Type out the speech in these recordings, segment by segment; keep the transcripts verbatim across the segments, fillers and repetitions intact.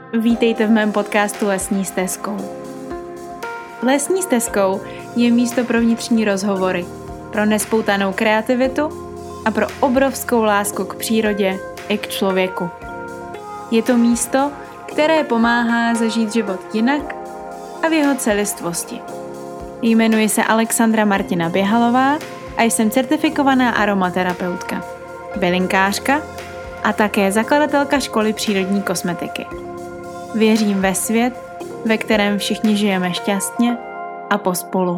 Vítejte v mém podcastu Lesní stezkou. Lesní stezkou je místo pro vnitřní rozhovory, pro nespoutanou kreativitu a pro obrovskou lásku k přírodě i k člověku. Je to místo, které pomáhá zažít život jinak a v jeho celistvosti. Jmenuji se Alexandra Martina Běhalová a jsem certifikovaná aromaterapeutka, bylinkářka a také zakladatelka školy přírodní kosmetiky. Věřím ve svět, ve kterém všichni žijeme šťastně a pospolu.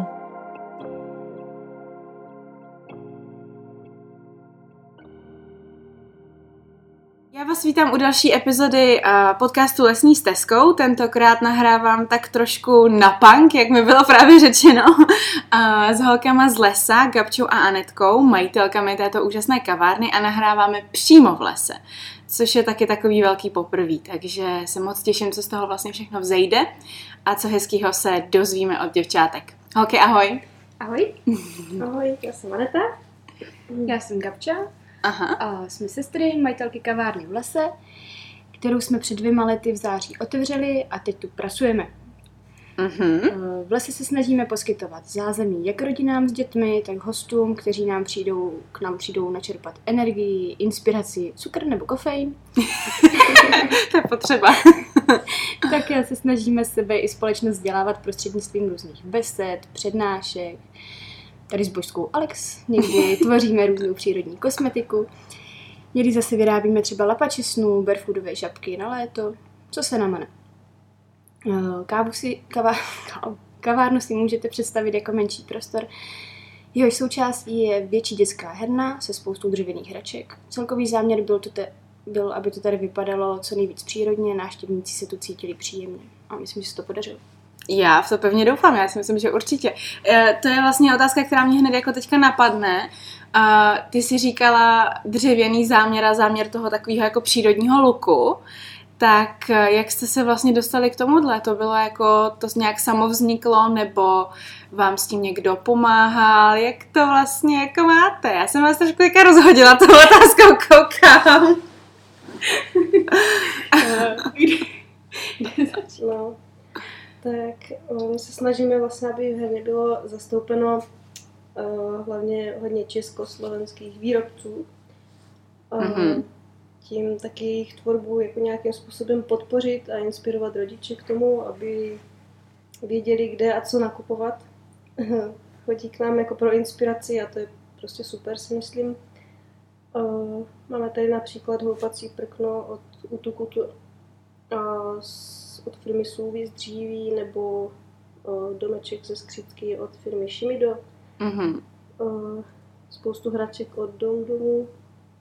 Já vás vítám u další epizody podcastu Lesní stezkou. Tentokrát nahrávám tak trošku na punk, jak mi bylo právě řečeno, s holkama z lesa, Gabčou a Anetkou, majitelkami této úžasné kavárny, a nahráváme přímo v lese, což je taky takový velký poprví, takže se moc těším, co z toho vlastně všechno vzejde a co hezkýho se dozvíme od děvčátek. Holky, ahoj. Ahoj. Ahoj, já jsem Aneta. Já jsem Gabča. Aha. A jsme sestry, majitelky kavárny v lese, kterou jsme před dvěma lety v září otevřeli a teď tu pracujeme. Mhm. V lese se snažíme poskytovat zázemí jak rodinám s dětmi, tak hostům, kteří nám přijdou, k nám přijdou načerpat energii, inspiraci, cukr nebo kofein. To je potřeba. Tak se snažíme sebe i společnost vzdělávat prostřednictvím různých besed, přednášek. Tady s božskou Alex někdy tvoříme různou přírodní kosmetiku. Někdy zase vyrábíme třeba lapače snů, barefootové žabky na léto. Co se namane? Kávu si, kava, kavárnu si můžete představit jako menší prostor. Jehož součástí je větší dětská herna se spoustou dřevěných hraček. Celkový záměr byl, to te, byl, aby to tady vypadalo co nejvíc přírodně, návštěvníci se tu cítili příjemně. A myslím, že se to podařilo. Já v to pevně doufám, já si myslím, že určitě. To je vlastně otázka, která mě hned jako teďka napadne. Ty jsi říkala dřevěný záměr a záměr toho takového jako přírodního looku. Tak jak jste se vlastně dostali k tomuhle? To bylo jako, to nějak samo vzniklo, nebo vám s tím někdo pomáhal? Jak to vlastně jako máte? Já jsem vás trošku jako rozhodila tou otázkou, koukám. Kde začalo? Tak my se snažíme vlastně, aby v herně bylo zastoupeno uh, hlavně hodně československých výrobců. Uh, mm-hmm. Tím taky jejich tvorbu jako nějakým způsobem podpořit a inspirovat rodiče k tomu, aby věděli, kde a co nakupovat. Chodí k nám jako pro inspiraci a to je prostě super, si myslím. Uh, máme tady například houpací prkno od Utukutu uh, od firmy Sůvy z dříví, nebo uh, domeček ze skřítky od firmy Shimido. Mm-hmm. Uh, spoustu hraček od Dom Domu.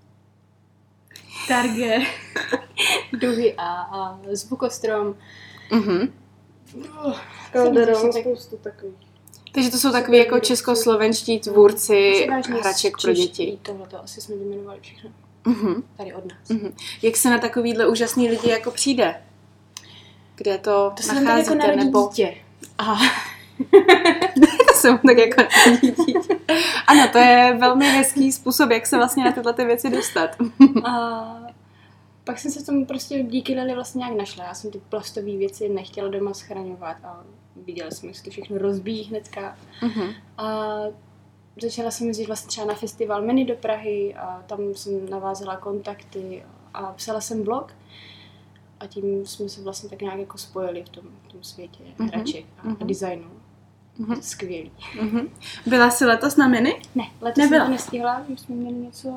Target, duhy a, a zvukostrom. Mm-hmm. Calderon, spoustu takových. Takže to jsou takový jako českoslovenští tvůrci hraček pro děti. Tohle to asi jsme vyjmenovali všechno. Mm-hmm. Tady od nás. Mm-hmm. Jak se na takovýhle úžasný lidi jako přijde? Kde to, to nacházíte? To se jako nebo... dítě. Aha. To jsem tak jako dítě. Ano, to je velmi hezký způsob, jak se vlastně na tyhle ty věci dostat. A pak jsem se tomu prostě díky Lili vlastně nějak našla. Já jsem ty plastové věci nechtěla doma schraňovat a viděla jsem, jak se to všechno rozbíjí hnedka. Uh-huh. A začala jsem jezdit vlastně třeba na festival Meny do Prahy a tam jsem navázala kontakty a psala jsem blog. A tím jsme se vlastně tak nějak jako spojili v tom, v tom světě uh-huh. hraček a, uh-huh. a designu. Uh-huh. Skvělý. Uh-huh. Byla jsi letos na Meny? Ne, letos Nebyla. jsem to nestihla, my jsme měli něco...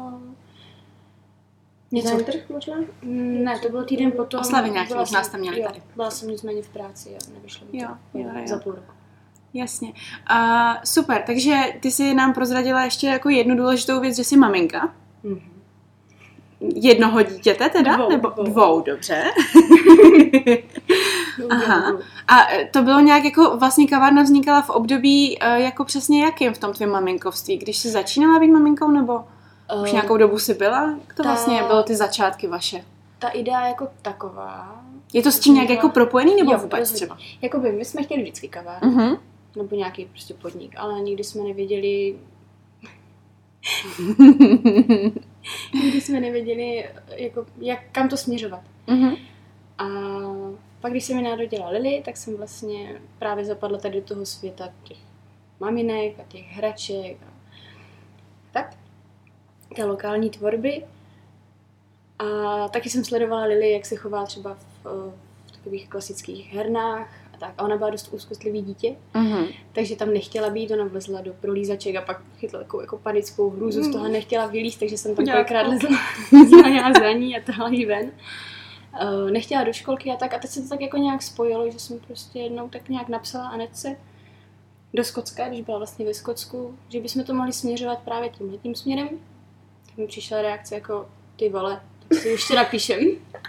Něco trh možná? Ne, to byl týden potom. Oslavy nějaký možná jste měli jo, tady. Byla jsem nicméně v práci a nevyšlo mi to jo, jo, jo. za půl roku. Jasně. Uh, super, takže ty jsi nám prozradila ještě jako jednu důležitou věc, že jsi maminka. Mm-hmm. Jednoho dítěte teda? Dvou. Nebo dvou, dvou dobře. Aha. A to bylo nějak jako, vlastně kavárna vznikala v období uh, jako přesně jakým v tom tvém maminkovství? Když jsi začínala být maminkou, nebo uh, už nějakou dobu jsi byla? Jak to ta, vlastně bylo ty začátky vaše? Ta idea jako taková... Je to s tím nějak jako propojený, nebo jo, vůbec třeba? Jakoby my jsme chtěli vždycky kavárnu. Uh-huh. Nebo nějaký prostě podnik, ale nikdy jsme nevěděli... nikdy jsme nevěděli, jako, jak, kam to směřovat. Uh-huh. A pak, když se mi narodila Lily, tak jsem vlastně právě zapadla tady do toho světa těch maminek a těch hraček a tak, té lokální tvorby. A taky jsem sledovala Lily, jak se chová třeba v, v takových klasických hernách a tak. A ona byla dost úzkostlivý dítě, Mm-hmm. takže tam nechtěla být, ona vlezla do prolízaček a pak chytla takovou jako panickou hrůzu, z toho nechtěla vylízt, takže jsem tam kolikrát lezla já za ní a tahla jí ven. Uh, nechtěla do školky a tak a teď se to tak jako nějak spojilo, že jsem prostě jednou tak nějak napsala Anetce do Skotska, když byla vlastně ve Skotsku, že bychom to mohli směřovat právě tímhletím směrem. Tak mi přišla reakce jako ty vole, tak si ještě napíšem.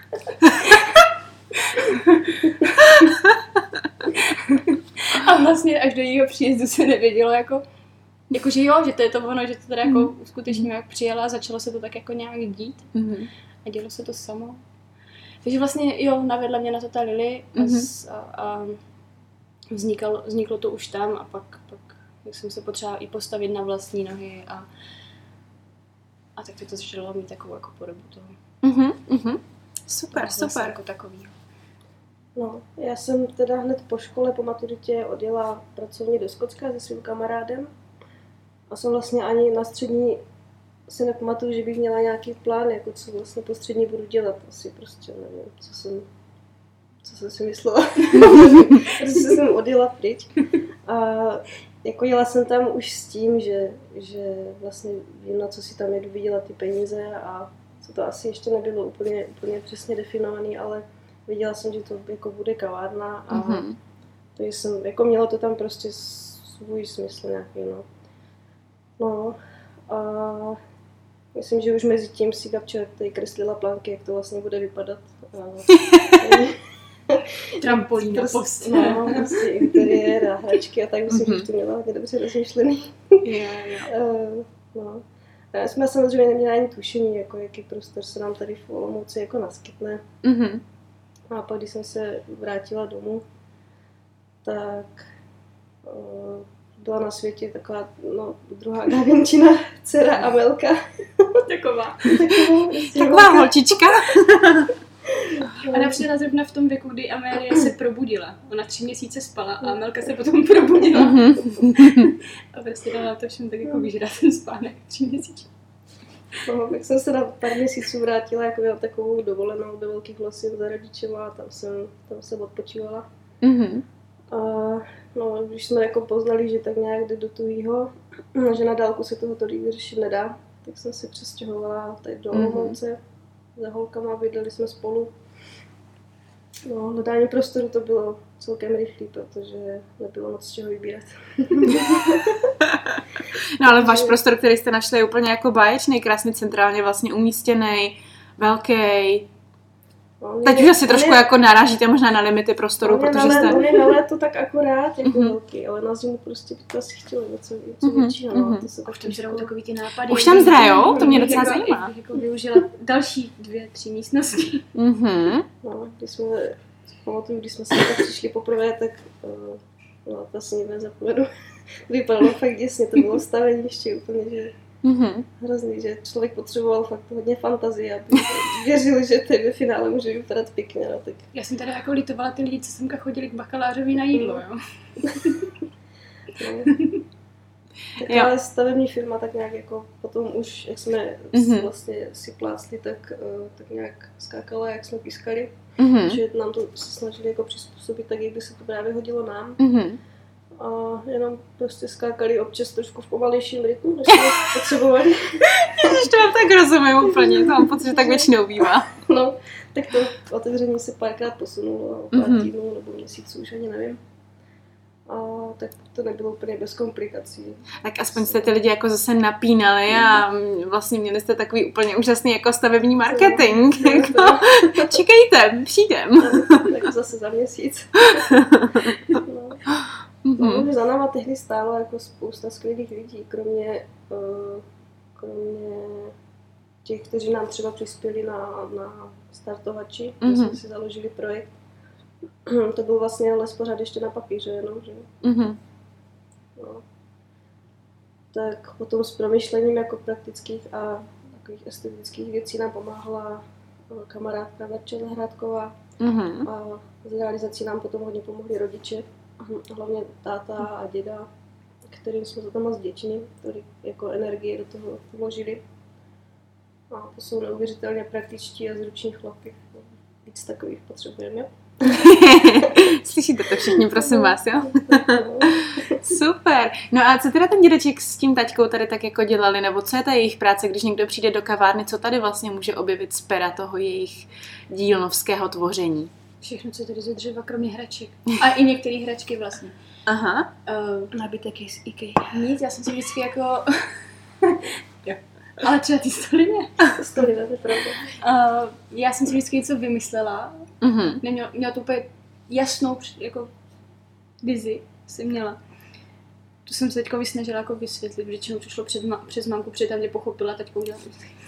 A vlastně až do jejího příjezdu se nevědělo jako, jako že jo, že to je to ono, že to teda jako uskutečníme, jak přijela a začalo se to tak jako nějak dít Mm-hmm. a dělo se to samo. Takže vlastně jo, navedla mě na to ta Lily a, Mm-hmm. a, a vznikalo, vzniklo to už tam a pak, pak jak jsem se potřebovala i postavit na vlastní nohy a, a tak to začalo mít takovou jako podobu toho. Mm-hmm. Mm-hmm. Super, Zase super. jako takový. No, já jsem teda hned po škole, po maturitě odjela pracovně do Skotska se svým kamarádem a jsem vlastně ani na střední si nepamatuju, že bych měla nějaký plán, jako co vlastně po střední budu dělat. Asi prostě nevím, co jsem, co jsem si myslela. Protože jsem odjela pryč. A jako jela jsem tam už s tím, že, že vlastně vím, na co si tam jedu vydělat ty peníze a co to asi ještě nebylo úplně, úplně přesně definovaný, ale viděla jsem, že to jako bude kavárna a Mm-hmm. takže jsem, jako mělo to tam prostě svůj smysl nějaký, no. No a myslím, že už mezi tím si Gabča tady kreslila plánky, jak to vlastně bude vypadat. Trampolína, prostě, postel. no, prostě interiér a hračky a tak myslím, Mhm. že už to měla hodně dobře rozmyšlený. Jo, jo. Uh, no. A jsme samozřejmě neměli ani tušení, jako jaký prostor se nám tady v Olomouci jako naskytne. Mm-hmm. A pak, když jsem se vrátila domů, tak uh, byla na světě taková no, druhá Gavinčina, dcera Amelka. Taková. Taková, prostě Taková holka. holčička. Ona přijela zrovna v tom věku, kdy Amélie se probudila. Ona tři měsíce spala a Amelka se potom probudila. Mm-hmm. A prostě dala to všem tak jako vyžrat ten spánek tři měsíce. No, tak jsem se na pár měsíců vrátila jako na takovou dovolenou do Velkých Losin za rodičema a tam jsem, tam jsem odpočívala. Mm-hmm. A no, když jsme jako poznali, že tak nějak jde do tuhýho, že na dálku se toho tolik vyřešit nedá, tak jsem se přestěhovala tady do Olomouce. Mm-hmm. Za holkama, bydleli jsme spolu. No, hledání prostoru to bylo celkem rychlé, protože nebylo moc z čeho vybírat. No ale váš prostor, který jste našli, je úplně jako báječný, krásně centrálně vlastně umístěný, velký. No, Teď už asi trošku jako narážíte možná na limity prostoru, protože na, jste... On je na léto tak akorát jako Mhm. velký, ale na zimu prostě by to asi chtělo něco, něco Mhm, většího. No. mhm. To se tak Už tam zrajou takový ty nápady. Už tam zrajou? To mě Bych docela jako, zajímá. bych jako využila další dvě, tři místnosti. Mhm. No, když jsme, pamatuju, když jsme se tak přišli poprvé, tak uh, no, to asi nikdy nezapomenu. Vypadalo fakt děsně, to bylo stavení ještě úplně, že Mhm. hrozný, že člověk potřeboval fakt hodně fantazie, aby věřil, že to ve finále může vypadat pěkně. No, tak. Já jsem teda jako litovala ty lidi, co semka chodili k bakalářovi na jídlo, jo. No. Taková Jo. stavební firma tak nějak jako potom už, jak jsme Mhm. vlastně si plácli, tak, uh, tak nějak skákala, jak jsme pískali. Mhm. Že nám to se snažili jako přizpůsobit tak, jak by se to právě hodilo nám. Mhm. A jenom prostě skákali občas trošku v pomalejším rytmu, než jsme potřebovali. Ježiš, to vám tak rozumím úplně, to mám pocit, že tak většinou bývá. No, tak to otevření se párkrát posunulo, o pár Mhm. týdnů nebo měsíců, už ani nevím. A tak to nebylo úplně bez komplikací. Tak aspoň jste ty lidi jako zase napínali a vlastně měli jste takový úplně úžasný jako stavební marketing. No, Jako, čekejte, přijdem. Tak zase za měsíc. No. Mhm. No, za náma tehdy stálo jako spousta skvělých lidí, kromě, uh, kromě těch, kteří nám třeba přispěli na, na startovači, kde Mhm. jsme si založili projekt. To byl vlastně les pořád ještě na papíře jenom, že? Mhm. No. Tak potom s promyšlením jako praktických a takových estetických věcí nám pomáhala kamarádka Verča Zahrádková, Mm-hmm. A s realizací nám potom hodně pomohli rodiče, hlavně táta a děda, kterým jsme za to moc vděční, kteří jako energie do toho vložili. A to jsou neuvěřitelně praktičtí a zruční chlapy. Víc takových potřebujeme. Slyšíte to všichni, prosím vás, jo? Super. No a co teda ten dědeček s tím taťkou tady tak jako dělali, nebo co je ta jejich práce, když někdo přijde do kavárny, co tady vlastně může objevit z pera toho jejich dílnovského tvoření? Všechno, co je tady ze dřeva, kromě hraček. A i některé hračky vlastně. Aha. Uh, Nábytek je z IKEA. Nic, já jsem si vždycky jako... jo. Ale třeba ty stoly ne. Stoly, to je pravda. Uh, já jsem si vždycky něco vymyslela. Mhm. Neměla, měla to úplně jasnou jako vizi, jsem měla. To jsem se teďko vysnažila jako vysvětlit, většinou to šlo před ma- přes mamku, protože tam mě pochopila, taťka udělala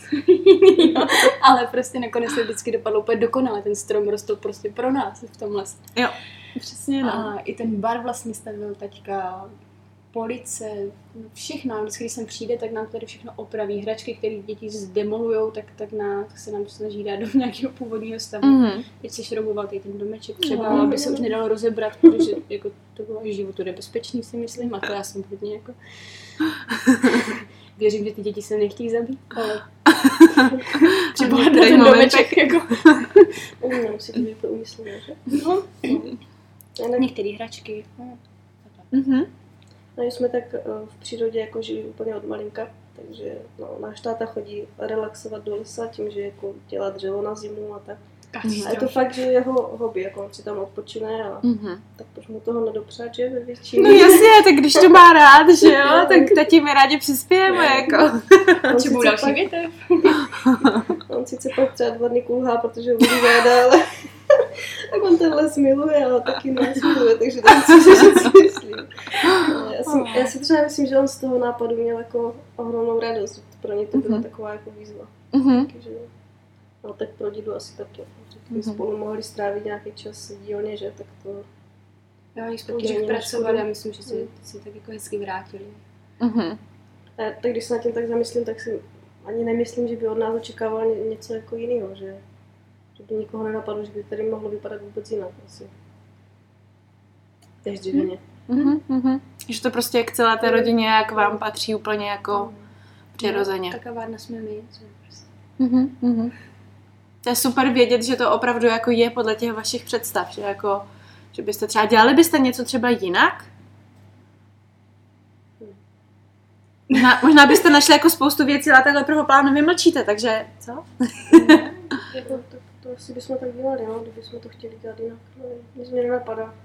ale prostě nakonec to vždycky dopadlo úplně dokonale, ten strom rostl prostě pro nás v tom lese. Jo, přesně no. A i ten bar vlastně stavil taťka, police, všechno. Vždycky, když sem přijde, tak nám tady všechno opraví. Hračky, které děti zdemolujou, tak, tak, na, tak se nám snaží dát do nějakého původního stavu. Mm-hmm. Teď se šrouboval tady ten domeček třeba, mm-hmm. aby se už nedalo rozebrat, protože jako, to bylo životu nebezpečný, si myslím, a to já jsem hodně jako... Věřím, že ty děti se nechtějí zabít, ale... třeba na ten domeček, jako... Nevím, si to mě to umyslelo, že? No. Některé hračky. No. Mm-hmm. No, jsme tak v přírodě jako žili úplně od malinka, takže no, náš táta chodí relaxovat do lesa tím, že jako dělá dřevo na zimu a tak. A je to fakt, že jeho hobby, jako on si tam odpočine a Mm-hmm. tak proč mu toho nedopřát, že ve většině. No jasně, tak když to má rád, že jo, tak tati mi rádi přispějeme, jako. Třeba další pak, větev. on sice pak třeba dva dny kulhá, protože ho budu záda, ale tak on ten les miluje, ale taky nás miluje, takže to si říct myslím. Já si, já si třeba myslím, že on z toho nápadu měl jako ohromnou radost, pro ně to byla mm-hmm. taková jako výzva. Mm-hmm. Takže, no tak pro dědu asi taky, kdyby mm-hmm. spolu mohli strávit nějaký čas v dílně, že, tak to... Já jich spolu dřív pracovali a myslím, že si, si tak jako hezky vrátili. Mm-hmm. A tak když se na tím tak zamyslím, tak si ani nemyslím, že by od nás očekával něco jako jiného, že, že by nikoho nenapadlo, že by tady mohlo vypadat vůbec jinak asi. Tež dřevěně. Mm-hmm. Mm-hmm. Že to prostě jak celé té rodině, jak vám patří úplně jako přirozeně. No, taková várna jsme my. Prostě. Mm-hmm. Mm-hmm. To je super vědět, že to opravdu jako je podle těch vašich představ, že jako, že byste třeba, dělali byste něco třeba jinak? Možná, možná byste našli jako spoustu věcí, ale takhle prvoplánu vymlčíte, takže co? Jako, to, to asi bychom tak dělali, no, kdybychom to chtěli dělat jinak, no, nic mě nenapadá.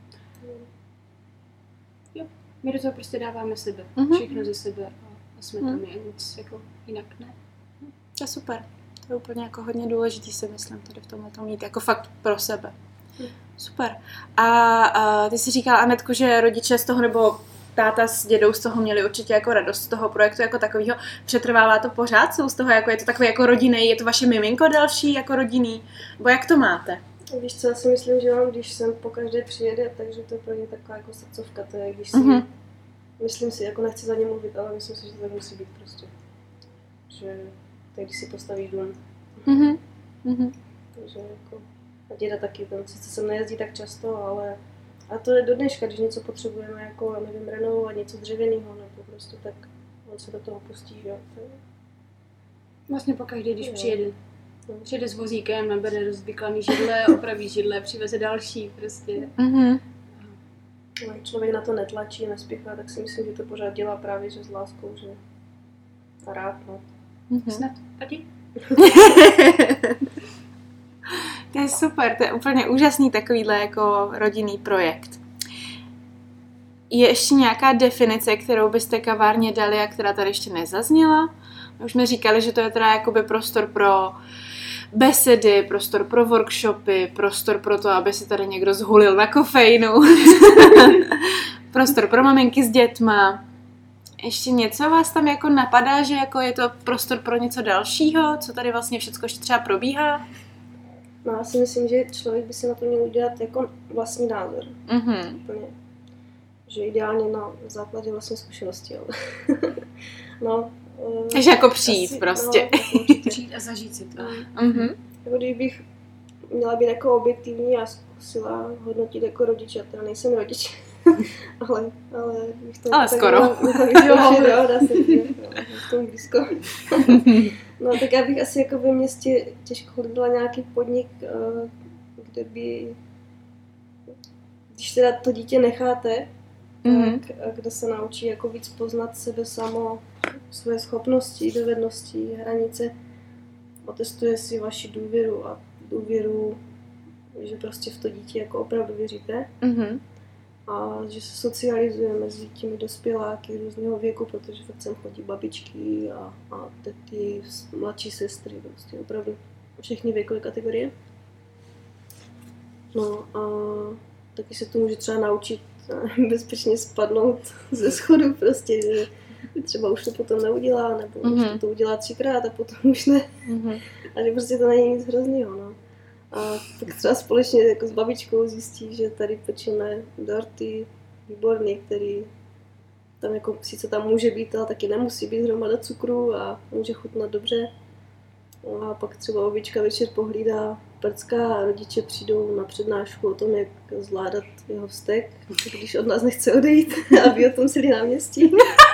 Jo, my do toho prostě dáváme sebe, Mm-hmm. všechno ze sebe a jsme tam mm. nic jako jinak ne. To je super. To je úplně jako hodně důležitý, si myslím, tady v tomhle tom mít jako fakt pro sebe. Mm. Super. A, a ty jsi říkala, Anetku, že rodiče z toho, nebo táta s dědou z toho měli určitě jako radost z toho projektu jako takového. Přetrvává to pořád? Jsou z toho jako, je to takový jako rodinný, je to vaše miminko další jako rodinný? Nebo jak to máte? Víš co, já si myslím, že on, když sem po každé přijede, takže to je pro ně taková jako srdcovka, to je, když si, Mm-hmm. myslím si, jako nechci za ně mluvit, ale myslím si, že to tak musí být prostě. Že tak když si postavíš dům. Mhm. Mhm. Takže jako, a děda taky, ten sice sem nejezdí tak často, ale a to je do dneška, když něco potřebujeme, jako, nevím, renovovat, něco dřevěného, nebo prostě tak on se do toho pustí, že jo. Vlastně pokaždé, když Jo. přijede. No. Přijede s vozíkem, nabere rozvyklaný židle, opraví židle, přiveze další prostě. Mhm. No, člověk na to netlačí, nespěchá, tak si myslím, že to pořád dělá právě že s láskou, že a rád, no. Mhm. Snad, tati? To je super, to je úplně úžasný takovýhle jako rodinný projekt. Je ještě nějaká definice, kterou byste kavárně dali a která tady ještě nezazněla? My už jsme říkali, že to je teda jakoby prostor pro besedy, prostor pro workshopy, prostor pro to, aby si tady někdo zhulil na kofeinu, prostor pro maminky s dětma. Ještě něco vás tam jako napadá, že jako je to prostor pro něco dalšího, co tady vlastně všechno ještě třeba probíhá? No já si myslím, že člověk by si na to měl udělat jako vlastní názor. Mhm. Úplně. Že ideálně na základě vlastní zkušenosti, ale no. Takže jako přijít asi, prostě. No, určitě. Přijít a zažít si to. Mhm. Jako kdybych měla být jako objektivní a zkusila hodnotit jako rodič. Já teda nejsem rodič, ale, ale bych to ale skoro. Jo, dá se říct, v tom blízko. No tak já bych asi jako ve městě těžko hledala nějaký podnik, kde by, když teda to dítě necháte, mm-hmm. tak kde se naučí jako víc poznat sebe samo, své schopnosti, dovednosti, hranice, otestuje si vaši důvěru a důvěru, že prostě v to dítě jako opravdu věříte. Mm-hmm. A že se socializuje mezi těmi dospěláky různého věku, protože fakt sem chodí babičky a, a tety, mladší sestry, prostě opravdu všechny věkové kategorie. No a taky se to může třeba naučit bezpečně spadnout ze schodu, prostě, že třeba už to potom neudělá, nebo mm-hmm. už to udělá třikrát a potom už ne. Mm-hmm. A že prostě to není nic hroznýho, no. A tak třeba společně jako s babičkou zjistí, že tady pečeme dorty výborný, který tam jako sice tam může být, ale taky nemusí být hromada cukru a může chutnat dobře. A pak třeba babička večer pohlídá prcka a rodiče přijdou na přednášku o tom, jak zvládat jeho vztek, když od nás nechce odejít, aby o tom celý náměstí.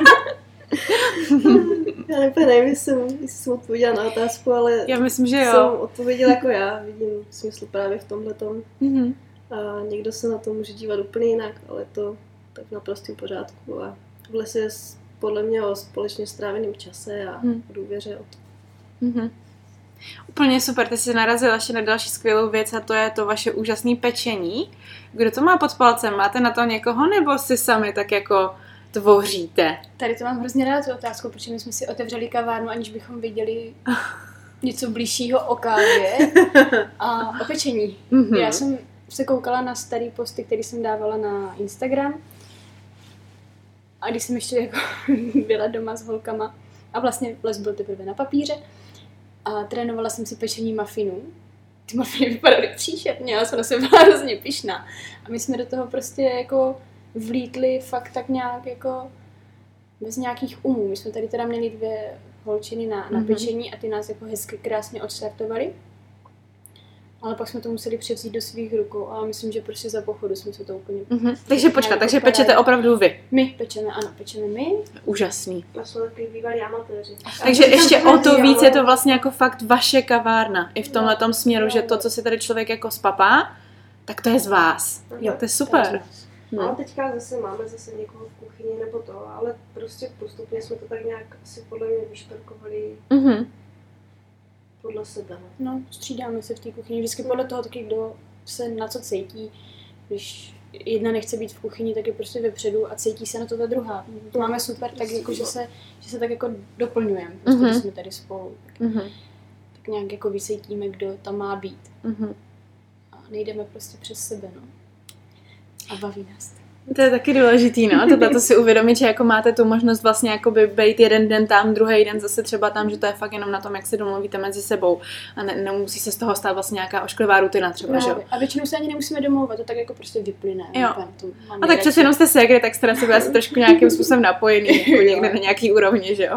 Já úplně nevím, jestli jsem, jestli jsem odpověděla na otázku, ale já myslím, že jo. Jsem odpověděla jako já, vidím smysl právě v tomhletom. Mm-hmm. A někdo se na to může dívat úplně jinak, ale to tak naprosto v pořádku. A v lese je podle mě o společně stráveném čase a mm. důvěře o to. Mm-hmm. Úplně super, ty jsi narazila ještě na další skvělou věc a to je to vaše úžasné pečení. Kdo to má pod palcem? Máte na to někoho nebo si sami tak jako tvoříte? Tady to mám hrozně ráda tu otázku, protože my jsme si otevřeli kavárnu, aniž bychom viděli něco bližšího o kávě a o pečení. Mm-hmm. Já jsem se koukala na starý posty, který jsem dávala na Instagram a když jsem ještě jako byla doma s holkama a vlastně les byl teprve na papíře a trénovala jsem si pečení muffinů. Ty muffiny vypadaly příšerně, já jsem na sebe byla hrozně pyšná. A my jsme do toho prostě jako vlítli fakt tak nějak jako bez nějakých umů. My jsme tady teda měli dvě holčiny na, na mm-hmm. pečení a ty nás jako hezky krásně odstartovali. Ale pak jsme to museli převzít do svých rukou a myslím, že prostě za pochodu jsme se to úplně... Mm-hmm. Takže počkat, takže parádě. Pečete opravdu vy? My pečeme, ano, pečeme my. Úžasný. A jsou takový bývalí amatéři. Takže ještě o to víc je to vlastně jako fakt vaše kavárna. I v tomhletom směru, že to, co si tady člověk jako spapá, tak to je z vás. Jo, to je super. No. A teďka zase máme zase někoho v kuchyni nebo to, ale prostě postupně jsme to tak nějak asi podle mě vyšperkovali mm-hmm. podle sebe. No, střídáme se v té kuchyni, vždycky podle toho taky, kdo se na co cítí. Když jedna nechce být v kuchyni, tak je prostě vepředu a cítí se na to ta druhá. To máme super, tak jako, že se, že se tak jako doplňujeme, prostě, mm-hmm. jsme tady spolu. Tak, mm-hmm. tak nějak jako vycítíme, kdo tam má být. Mm-hmm. A nejdeme prostě přes sebe, no. A baví nás. To je taky důležitý, no, tohle to si uvědomit, že jako máte tu možnost vlastně jakoby být jeden den tam, druhý den zase třeba tam, že to je fakt jenom na tom, jak si domluvíte mezi sebou a ne, nemusí se z toho stát vlastně nějaká ošklivá rutina třeba, že jo. A většinou se ani nemusíme domlouvat, to tak jako prostě vyplyne. Jo. A tak přece jenom jste ségry, tak jste na sebe asi trošku nějakým způsobem napojený, jako někde na nějaký úrovni, že jo.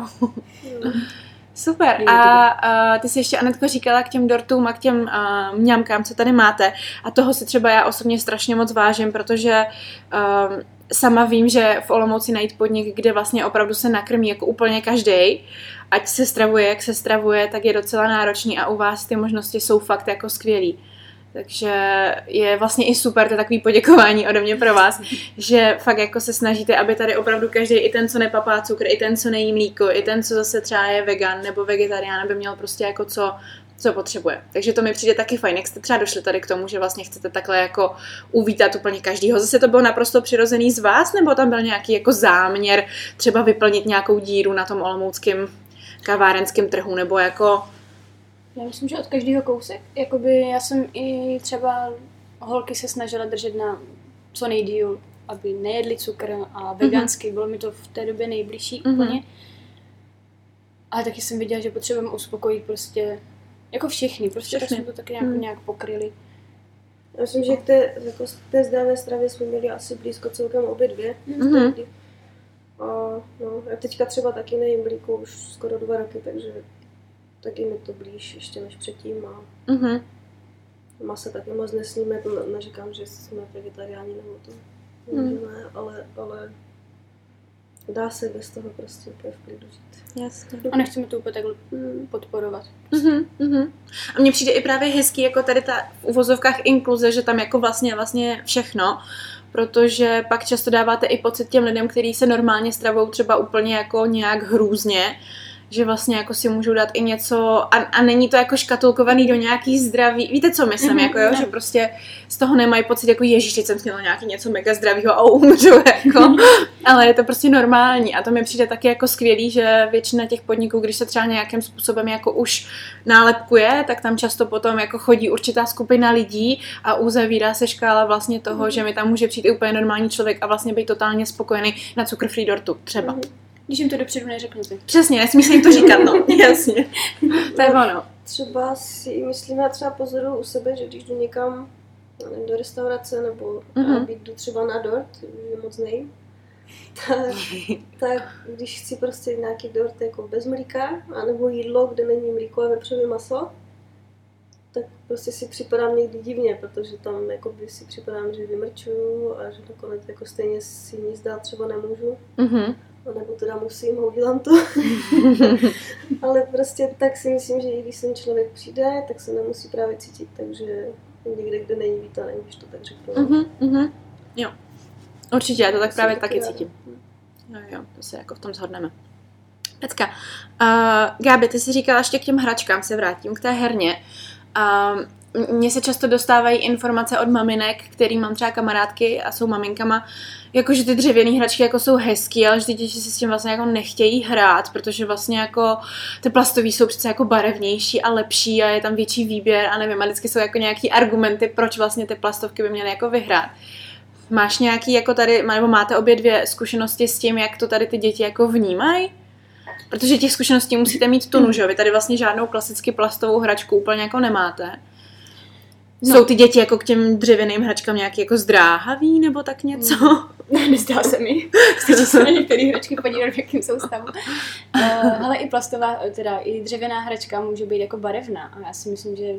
Super. A, a ty jsi ještě, Anetko, říkala k těm dortům a k těm a, mňamkám, co tady máte. A toho si třeba já osobně strašně moc vážím, protože a, sama vím, že v Olomouci najít podnik, kde vlastně opravdu se nakrmí jako úplně každej, ať se stravuje, jak se stravuje, tak je docela náročný a u vás ty možnosti jsou fakt jako skvělý. Takže je vlastně i super, to je takový poděkování ode mě pro vás, že fakt jako se snažíte, aby tady opravdu každý, i ten, co nepapá cukr, i ten, co nejí mlíko, i ten, co zase třeba je vegan nebo vegetarián, aby měl prostě jako co, co potřebuje. Takže to mi přijde taky fajn, jak jste třeba došli tady k tomu, že vlastně chcete takhle jako uvítat úplně každýho. Zase to bylo naprosto přirozený z vás, nebo tam byl nějaký jako záměr třeba vyplnit nějakou díru na tom olomouckém kavárenském trhu, nebo jako... Já myslím, že od každého kousek. Jakoby já jsem i třeba holky se snažila držet na co nejdýl, aby nejedli cukr a vegansky. Mm-hmm. Bylo mi to v té době nejbližší mm-hmm. úplně. Ale taky jsem viděla, že potřebujeme uspokojit prostě jako všichni. Prostě všechny. Tak jsme to taky nějak, mm. nějak pokryli. Já myslím, že k té, jako té zdravé stravě jsme měli asi blízko celkem obě dvě. Mm-hmm. A no, já teďka třeba taky nejím mlíko už skoro dva roky, takže taky mi to blíž ještě než předtím. A... Mm-hmm. Masa taky moc nesníme, to neříkám, že jsme vegetariáni nebo to, mm. ne, ale, ale dá se bez toho prostě úplně v klidu žít. Jasně. A nechceme to úplně takhle podporovat. Mm-hmm, mm-hmm. A mně přijde i právě hezký jako tady ta v uvozovkách inkluze, že tam jako vlastně vlastně všechno, protože pak často dáváte i pocit těm lidem, kteří se normálně stravují třeba úplně jako nějak hrůzně, že vlastně jako si můžou dát i něco a, a není to jako škatulkovaný do nějaký zdraví. Víte, co myslím? Mm-hmm, jako, jo, že prostě z toho nemají pocit jako ježiš, teď jsem sněla nějaký něco mega zdravýho a umřu, jako. Ale je to prostě normální a to mi přijde taky jako skvělý, že většina těch podniků, když se třeba nějakým způsobem jako už nálepkuje, tak tam často potom jako chodí určitá skupina lidí a uzavírá se škála vlastně toho, mm-hmm. že mi tam může přijít i úplně normální člověk a vlastně být totálně spokojený na cukr-free dortu třeba. Mm-hmm. Když jim to dopředu neřeknete. Přesně, nesmíš jim to říkat, no, jasně. To je ono. Třeba si myslím, já třeba pozoruju u sebe, že když jdu někam do restaurace nebo mm-hmm. jdu třeba na dort, je moc nejím, tak, tak když chci prostě nějaký dort jako bez mlíka, anebo jídlo, kde není mlíko a vepřové maso, tak prostě si připadám někdy divně, protože tam jakoby si připadám, že vymrčuju a že nakonec jako stejně si nic dát třeba nemůžu. Mm-hmm. A nebo teda musím, ho udělám to. Ale prostě tak si myslím, že i když sem člověk přijde, tak se nemusí právě cítit, takže někde, kde není vítaný, když to tak řeknu. Uh-huh, uh-huh. Jo, určitě, já to tak právě taky cítím. Jo, jo, to se jako v tom shodneme. Pecka, uh, Gábi, ty jsi říkala, ještě k těm hračkám se vrátím, k té herně. Uh, Mně se často dostávají informace od maminek, který mám třeba kamarádky a jsou maminkama, jakože ty dřevěné hračky jako jsou hezký, ale že ty děti si s tím vlastně jako nechtějí hrát, protože vlastně jako ty plastové jsou přece jako barevnější a lepší a je tam větší výběr a nevím, a vždycky jsou jako nějaký argumenty, proč vlastně ty plastovky by měly jako vyhrát. Máš nějaký jako tady, nebo máte obě dvě zkušenosti s tím, jak to tady ty děti jako vnímají? Protože těch zkušeností musíte mít tunu, že jo? Vy tady vlastně žádnou klasicky plastovou hračku úplně jako nemáte. No. Jsou ty děti jako k těm dřevěným hračkám nějaký jako zdráhavý nebo tak něco? Ne, nezdá se mi. Stačí se na některé hračky podívat, v jakým jsou stavu. Uh, ale i plastová, teda i dřevěná hračka může být jako barevná. A já si myslím, že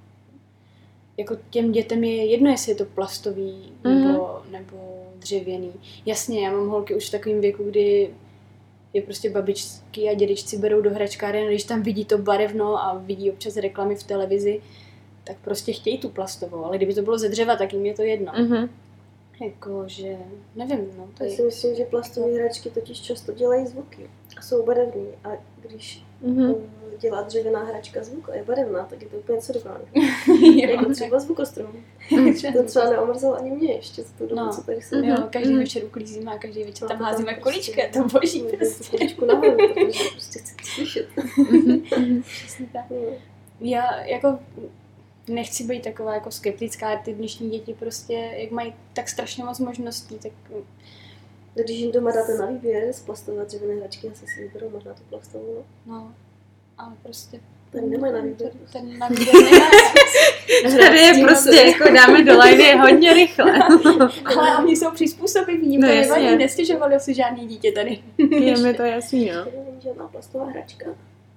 jako těm dětem je jedno, jestli je to plastový mm-hmm. nebo, nebo dřevěný. Jasně, já mám holky už v takovém věku, kdy je prostě babičky a dědečci berou do hračkáren, když tam vidí to barevno a vidí občas reklamy v televizi, tak prostě chtějí tu plastovou, ale kdyby to bylo ze dřeva, tak jim je to jedno. Mm-hmm. Jakože, nevím, no. To Já je... si myslím, že plastové hračky totiž často dělají zvuky a jsou barevný a když mm-hmm. dělá dřevěná hračka zvuk a je barevná, tak je to úplně cervální. Jako třeba zvukostrom. To třeba neomrzelo ani mě ještě za tu dobu, no. co tady jsem. Jo, každý mm. večer uklízíme a každý večer tam no, házíme kuličky, to boží prostě. Kuličku nahoru, protože prostě chci slyšet. Přesně tak. Já jako nechci být taková jako skeptická, ty dnešní děti prostě, jak mají tak strašně moc možností, tak... Když jim doma dáte na výběr z plastové dřevěné hračky, asi si vyberou možná tu plastovou. No, ale prostě... Ten nemají na výběr. Ten na výběr nemá. Tady je prostě, jako dáme do lajny hodně rychle. Ale oni jsou přizpůsobiví, jim to no, nevadí, nestěžovali si žádný dítě tady. Je mi to jasný, no. Tady není žádná plastová hračka.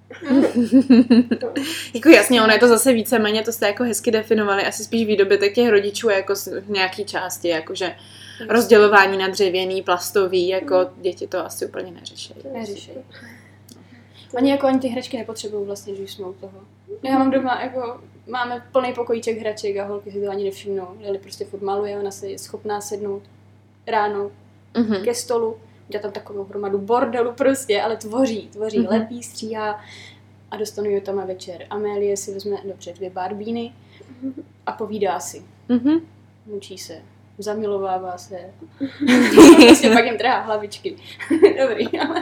Jako jasně, ono je to zase víceméně, to jste jako hezky definovali, asi spíš výdobytek těch rodičů jako v nějaký části, jakože rozdělování na dřevěný, plastový, jako děti to asi úplně neřeší. Neřeší. Oni jako ani ty hračky nepotřebují vlastně, že jsme u toho. Já mám doma, jako máme plný pokojíček hraček a holky si to ani nevšimnou. Lili prostě furt maluje, ona se je schopná sednout ráno mm-hmm. ke stolu. Dělá tam takovou hromadu bordelu prostě, ale tvoří, tvoří, mm-hmm. lepí, stříhá a dostanu ji tam a večer. Amélie si vezme dobře dvě barbíny mm-hmm. a povídá si. Mm-hmm. Mučí se, zamilovává se. Prostě pak jim trhá hlavičky. Dobrý, ale...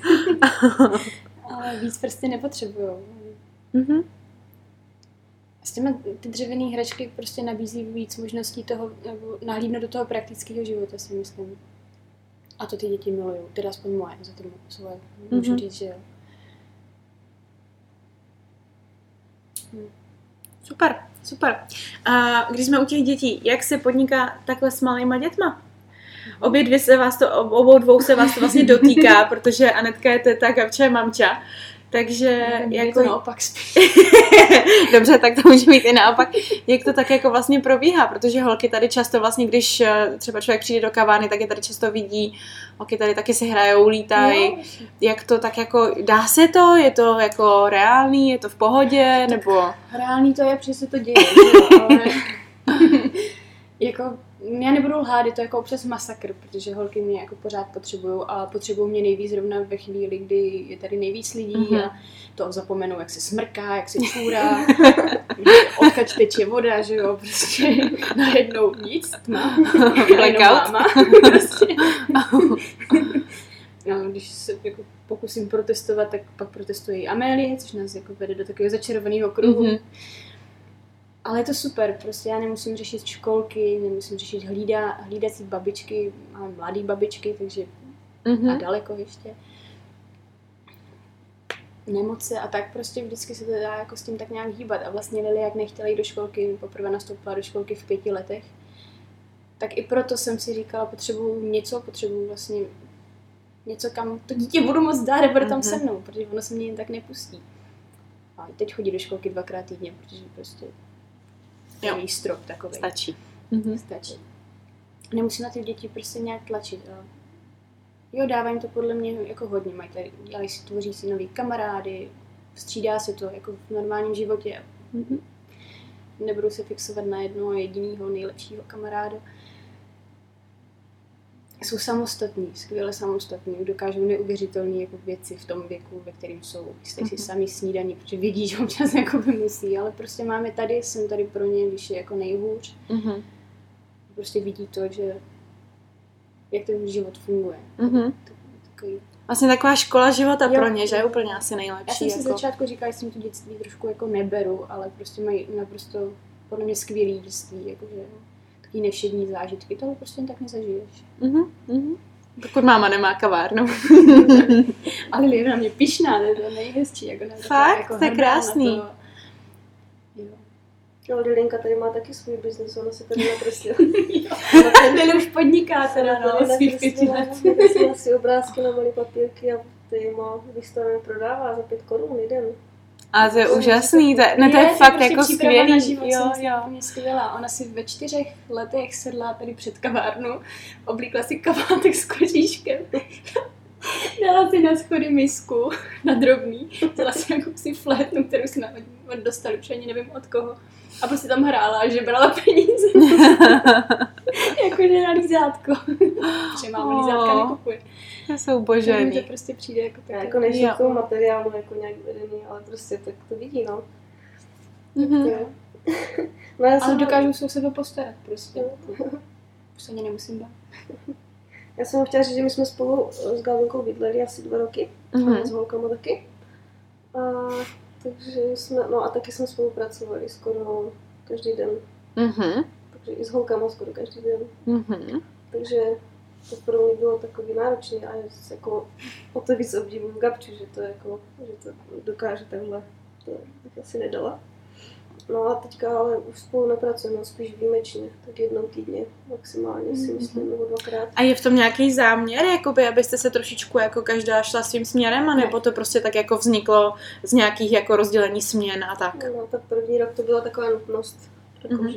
ale víc prostě nepotřebujou. Mm-hmm. S těmi ty dřevěné hračky prostě nabízí víc možností toho, nebo nahlídnout do toho praktického života, si myslím. A to ty děti milují, teda aspoň moje, za to svoje, můžu mm-hmm. říct, že jo. Hm. Super, super. A když jsme u těch dětí, jak se podniká takhle s malýma dětma? Obě dvě se vás to, obou dvou se vás to vlastně dotýká, protože Anetka je teta, Gabča je mamča. Takže je jako... to naopak spíš. Dobře, tak to může být i naopak. Jak to tak jako vlastně probíhá, protože holky tady často vlastně, když třeba člověk přijde do kavárny, tak je tady často vidí, holky tady taky si hrajou, lítají. Jak to tak jako, dá se to? Je to jako reálný? Je to v pohodě? Nebo... Reálný to je, protože se to děje, že? Ale jako, já nebudu lhát, je to jako občas masakr, protože holky mě jako pořád potřebují a potřebují mě nejvíc zrovna ve chvíli, kdy je tady nejvíc lidí mm-hmm. a to zapomenou, jak se smrká, jak se čůrá, odkaď teče voda, že jo, prostě najednou nic, tma, blackout. prostě. No, když se jako pokusím protestovat, tak pak protestuje i Amélie, což nás jako vede do takového začarovaného kruhu. Mm-hmm. Ale je to super, prostě já nemusím řešit školky, nemusím řešit hlídá, hlídací babičky, mám mladý babičky, takže mm-hmm. a daleko ještě. Nemoce a tak prostě vždycky se to dá jako s tím tak nějak hýbat. A vlastně Lily, jak nechtěla jít do školky, poprvé nastoupila do školky v pěti letech, tak i proto jsem si říkala, potřebuju něco, potřebuju vlastně něco, kam to dítě budu moc dát a bude tam mm-hmm. se mnou, protože ono se mě jen tak nepustí. A teď chodí do školky dvakrát týdně, protože prostě je strop takovej. Stačí. Mm-hmm. Stačí. Nemusím na ty děti prostě nějak tlačit. Ale jo, dávají to podle mě jako hodně. Mají tady, dělají si, tvoří si nový kamarády, střídá se to jako v normálním životě. Mm-hmm. Nebudu se fixovat na jednoho jedinýho nejlepšího kamaráda. Jsou samostatní, skvěle samostatní, dokážou neuvěřitelné jako věci v tom věku, ve kterém jsou. Jste si sami snídaní, protože vidí, že občas jako by musí, ale prostě máme tady, jsem tady pro ně, když je jako nejhůř. Mm-hmm. Prostě vidí to, že jak ten život funguje. Mm-hmm. Takový... Vlastně taková škola života jo. pro ně, že je úplně asi nejlepší. Já jsem si jako... začátku říkala, že jsem to dětství trošku jako neberu, ale prostě mají naprosto podle mě skvělý dětství, jakože takový nevšední zážitky, tohle prostě jen tak nezažiješ. Mhm, mhm. Pokud máma nemá kavárnu. Ale Lily je na mě pyšná, to je nejhezčí. Jako fakt, jako to je krásný. To... Jo, Lilinka tady má taky svůj biznes, ona si tady nakreslila. Lily už podniká teda, no, svých pěti let. Nakreslila si obrázky na malé papírky a ty má vystavené prodává za pět korun jeden. A to je úžasný, to je, ne, to je, je fakt prostě jako skvělý. Život, jo, jo. Mě skvělá. Ona si ve čtyřech letech sedla tady před kavárnu, oblíkla si kabátek s kožíškem, dala si na schody misku, na drobný, vzala si jakousi flétnu, kterou si dostali, už ani nevím od koho. A prostě tam hrála a že brala peníze. Jakože na lízátko. Protože máma lízátka nekupuje. To jsou božení. To prostě přijde jako tak. Jako nejsou k tomu materiálu jako nějak vedený, ale prostě tak to vidí, no. Mm-hmm. No já ale dokážu se o sebe postarat prostě. Už se ani nemusím bát. Já jsem chtěla říct, že my jsme spolu s Gávinkou bydleli asi dva roky. Mm-hmm. A s holkama taky. A takže jsme, no a taky jsme spolupracovali skoro každý den. Mm-hmm. Takže i s holkama skoro každý den. Mm-hmm. Takže to pro mě bylo takový náročný a já jako o to víc obdivuju Gabču, že to jako, že to dokáže takhle, to bych asi nedala. No a teďka ale už spolu nepracujeme, spíš výjimečně, tak jednou týdně maximálně si myslím, nebo dvakrát. A je v tom nějaký záměr, jakoby, abyste se trošičku jako každá šla svým směrem, anebo to prostě tak jako vzniklo z nějakých jako rozdělení směn a tak? No, tak první rok to byla taková nutnost, jako, mm-hmm. že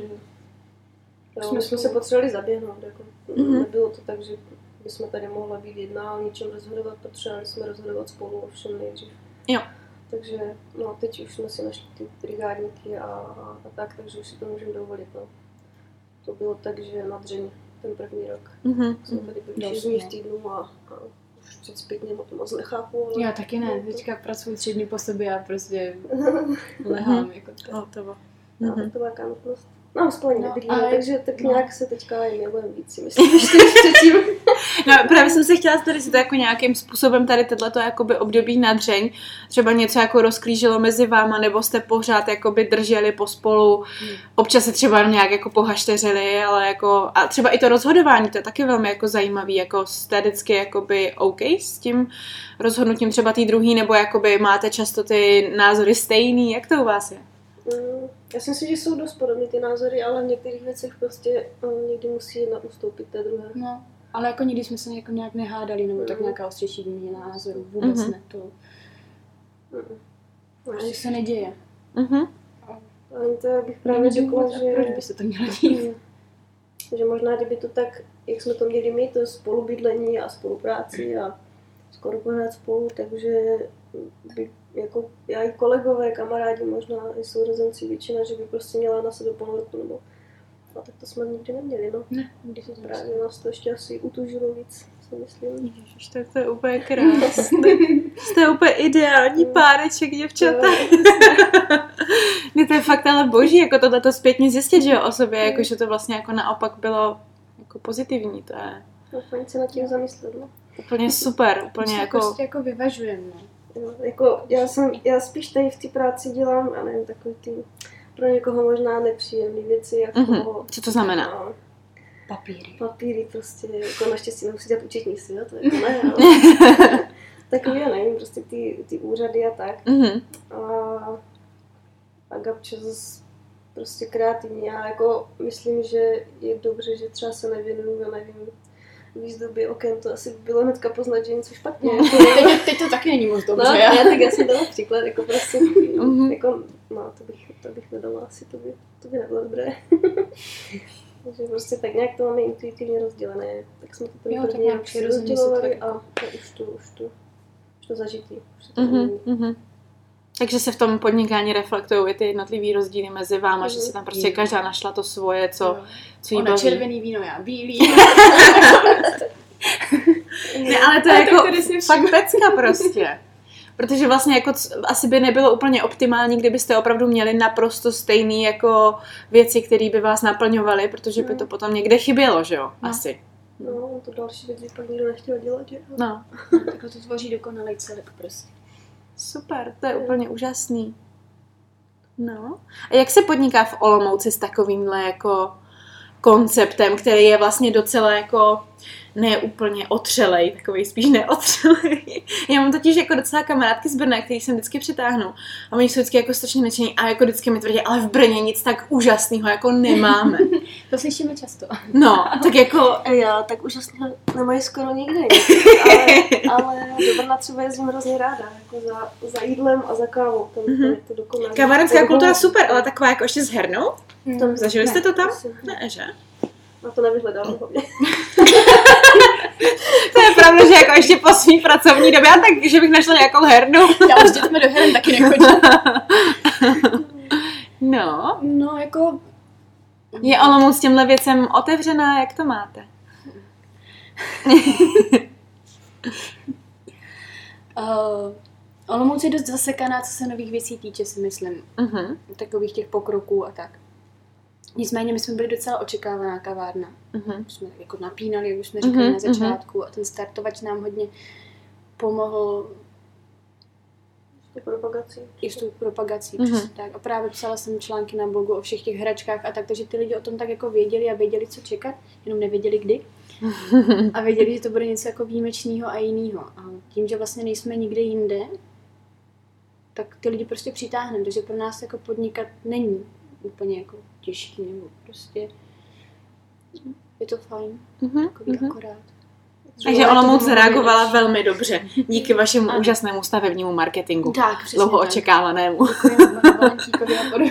jo, my jsme se potřebovali zaběhnout, jako, mm-hmm. nebylo to tak, že bychom tady mohla být jedna a o ničem rozhodovat, potřebovali jsme rozhodovat spolu o všem nejdřív. Jo. Takže no, teď už jsme si našli ty brigádníky a, a, a tak, takže už si to můžeme dovolit. No. To bylo tak, že na dřeň ten první rok. Mm-hmm. Jsme tady byli šest dní v týdnu a, a už před zpětně to moc nechápu. Ale... Já taky ne, teďka pracuji tři dny po sobě a prostě lehám. Mm-hmm. Jako to. No, to bylo. No, mm-hmm. to byla nutnost. No, spolu no, nebydlíme, ale... takže tak no. nějak se teďka i nebudeme víc, si myslím, než předtím. No, právě jsem se chtěla tady si to jako nějakým způsobem tady tohleto jakoby období na dřeň, třeba něco jako rozklížilo mezi váma, nebo jste pořád jakoby drželi pospolu, hmm. občas se třeba nějak jako pohašteřili, ale jako, a třeba i to rozhodování, to je taky velmi jako zajímavý, jako jste vždycky jakoby OK s tím rozhodnutím třeba tý druhý, nebo jakoby máte často ty názory stejný, jak to u vás je? Já si myslím, že jsou dost podobné ty názory, ale v některých věcech prostě někdy musí ustoupit té druhé. No, ale jako nikdy jsme se jako nějak nehádali, nebo mm. tak nějaká ostřejší výměna názorů, vůbec mm-hmm. ne to. Mm. Prostě se neděje. Mhm. Ale to bych právě řekla, že... Proč by se to mělo dít? Že možná, kdyby to tak, jak jsme to měli my, to spolubydlení a spolupráci a skoro pořád spolu, takže by jako já i kolegové, kamarádi, možná i sourozenci, většina, že by prostě měla na sebe ponorku, nebo no, tak to jsme nikdy neměli, no. Ne, když to právě nás to ještě asi utužilo víc, si myslím. Ježiš, tak to je úplně krásné. To je úplně ideální páreček, děvčata. Ne, to je fakt ale boží, jako tohleto zpětně zjistit, že jo, o sobě, jako, že to vlastně jako naopak bylo jako pozitivní, to je... No, fajn se nad tím zamyslet, no. Úplně super, úplně My jako... prostě jako vyvažujeme, no. Jo, jako já jsem, já spíš tady v té práci dělám, a nevím, takový ty pro někoho možná nepříjemné věci, jako... Mm-hmm. Co to znamená? No, Papíry. papíry prostě, jako naštěstí nemusí dělat účetnictví, jo, to je to ne, ale takový, já nevím, prostě ty, ty úřady a tak. Mm-hmm. A, a Gabča zase prostě kreativní. Já jako myslím, že je dobře, že třeba se nevěnuju, já nevím, výzdobě oken, to asi bylo hnedka poznat, že něco špatně. Jako, teď, teď to taky není moc dobře. no, já, tak já jsem dala příklad, jako prostě, Mm-hmm. jako, no, to bych, to bych nedala, asi to by, to by nebylo dobré. Takže prostě tak nějak to máme intuitivně rozdělené, tak jsme to Jo, ten tak první nějak rok přirozeně rozdělovali se to a, a už to, už to, už to zažitý. Už se to Mm-hmm. Mm-hmm. Takže se v tom podnikání reflektují i ty jednotlivý rozdíly mezi váma, mm-hmm. že se tam prostě každá našla to svoje, co, co jí Ona baví. červený víno, já bílý. Ne, ale to je Ale tak jako tady si fakt pecka prostě. Protože vlastně jako c- asi by nebylo úplně optimální, kdybyste opravdu měli naprosto stejný jako věci, které by vás naplňovaly, protože by to potom někde chybělo, že jo? No. Asi. No, to další věc by pak nikdo nechtěl dělat, že? No. Takhle to tvoří dokonalý celek prostě. Super, to je úplně úžasný. No. A jak se podniká v Olomouci s takovýmhle jako konceptem, který je vlastně docela jako ne úplně otřelej, takovej spíš neotřelej. Já mám totiž jako docela kamarádky z Brna, který jsem vždycky přitáhnu a oni jsou vždycky jako strašně nadšení a jako vždycky mi tvrdí, ale v Brně nic tak úžasného jako nemáme. To slyšíme často. No, tak jako... Já tak úžasně nemají skoro nikde, ale, ale do Brna třeba jezdím hrozně ráda, jako za, za jídlem a za kávou, tam mm-hmm. je to dokonalé. Kavárenská kultura super, ale taková jako ještě s hernou? Tam, Zažili jste to tam? Ne, Ne, že? na to nevyhledám hlavně. To je pravda, že jako ještě po svý pracovní době, takže bych našla nějakou hernu. Já už s dětmi do heren taky nechodím. No. No, jako... Je Olomouc s těmhle věcem otevřená, jak to máte? Uh, Olomouc je dost zasekaná, co se nových věcí týče, si myslím. Uh-huh. Takových těch pokroků a tak. Nicméně my jsme byli docela očekávaná kavárna. Uh-huh. Už jsme jako napínali, jak už jsme říkali uh-huh. na začátku, a ten startovač nám hodně pomohl S propagací. i s tou propagací. Uh-huh. Přesně tak. A právě psala jsem články na blogu o všech těch hračkách a tak, takže ty lidi o tom tak jako věděli a věděli, co čekat, jenom nevěděli kdy. A věděli, že to bude něco jako výjimečného a jiného. A tím, že vlastně nejsme nikde jinde, tak ty lidi prostě přitáhneme, takže pro nás jako podnikat není úplně jako těžký, nebo prostě je to fajn, Uh-huh. takový Uh-huh. akorát. Takže Olomouc zareagovala velmi dobře díky vašemu a. úžasnému stavebnímu marketingu. Tak, přesně dlouho tak. očekávanému. Děkujeme Valentíkovi a podobně.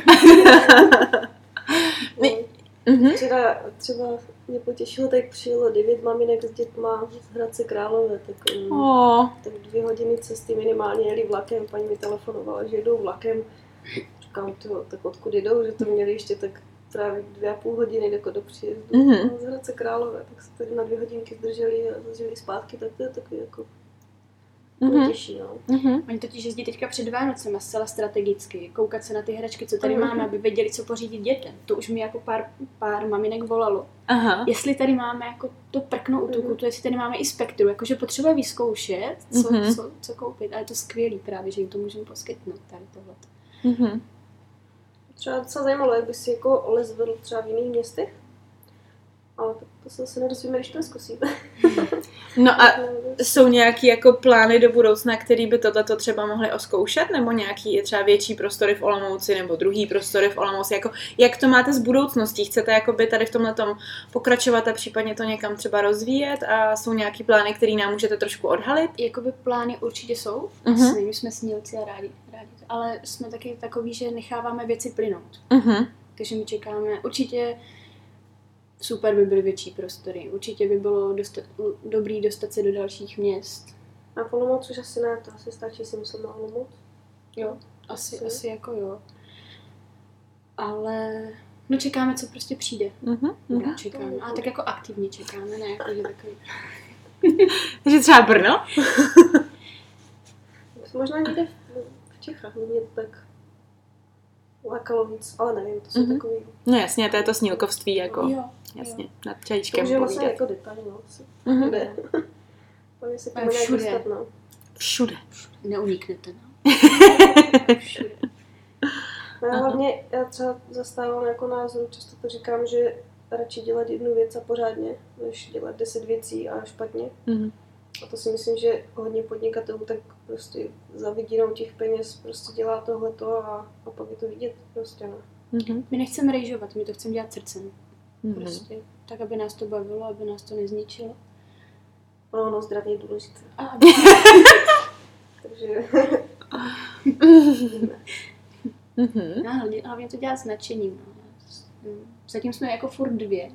No, včera třeba mě potěšilo, tak přijelo devět maminek s dětma z Hradce Králové, tak, um, Oh. tak dvě hodiny cesty minimálně jeli vlakem, paní mi telefonovala, že jedou vlakem. Říkám, tyjo, tak odkud jedou, že to měli ještě tak právě dvě a půl hodiny jako do příjezdu Mm-hmm. z Hradce Králové, tak se tady na dvě hodinky zdrželi a zdrželi zpátky, tak to je takový jako Mm-hmm. těžší, no. Mm-hmm. Oni totiž jezdí teďka před Vánocema zcela strategicky, koukat se na ty hračky, co tady Mhm. máme, aby věděli, co pořídit dětem. To už mi jako pár, pár maminek volalo. Aha. Jestli tady máme jako to prkno u tuku, Mhm. to jestli tady máme i spektru, jakože potřebuje vyzkoušet, co, Mhm. co, co koupit. Ale je to skvělý právě, že jim to můžeme poskytnout tady tohle. Mm-hmm. Třeba docela zajímalo, jak by si jako les vedl třeba v jiných městech, ale to, to se zase nedozvíme, když to zkusíme. No a jsou nějaký jako plány do budoucna, který by tohleto třeba mohli oskoušet, nebo nějaký je třeba větší prostory v Olomouci, nebo druhý prostory v Olomouci, jako jak to máte s budoucností? Chcete jakoby tady v tomhletom pokračovat a případně to někam třeba rozvíjet a jsou nějaký plány, který nám můžete trošku odhalit? Jakoby plány určitě jsou, Mhm. asi my jsme snílci a rádi, rádi to ale jsme taky takový, že necháváme věci plynout. Uh-huh. Takže my čekáme, určitě super by byly větší prostory, určitě by bylo dostat, dobrý dostat se do dalších měst. A v Olomouc už asi ne, to asi stačí, si myslím, na Olomouc. Jo, asi, asi jako jo. Ale no čekáme, co prostě přijde. Uh-huh. No, čekáme. A tak jako aktivně čekáme, ne jako, že takový... Takže třeba Brno? Možná někde v, v Čechách, mě to tak lákalo víc, ale nevím, to jsou Mm-hmm. takový... No jasně, to je to snílkovství, jako Jo, jasně, jo. nad To čajíčkem už je vlastně povídat. jako detail, no, asi. Mhm. Kde? Pane se A tomu nějak všude. dostat, no. Všude. Neuniknete, no. Všude. No, Aha. hlavně já třeba zastávám jako názoru, často to říkám, že radši dělat jednu věc a pořádně, než dělat deset věcí a špatně. Mhm. A to si myslím, že hodně podnikatelů tak prostě za vidinou těch peněz prostě dělá tohleto a, a pak je to vidět prostě, no. Mhm. My nechceme rejžovat, my to chceme dělat srdcem. Mhm. Prostě. Tak, aby nás to bavilo, aby nás to nezničilo. No, no, zdraví je důležité. A aby... Takže... Mhm. No, hlavně, hlavně to dělat s nadšením. No. Zatím jsme jako furt dvě.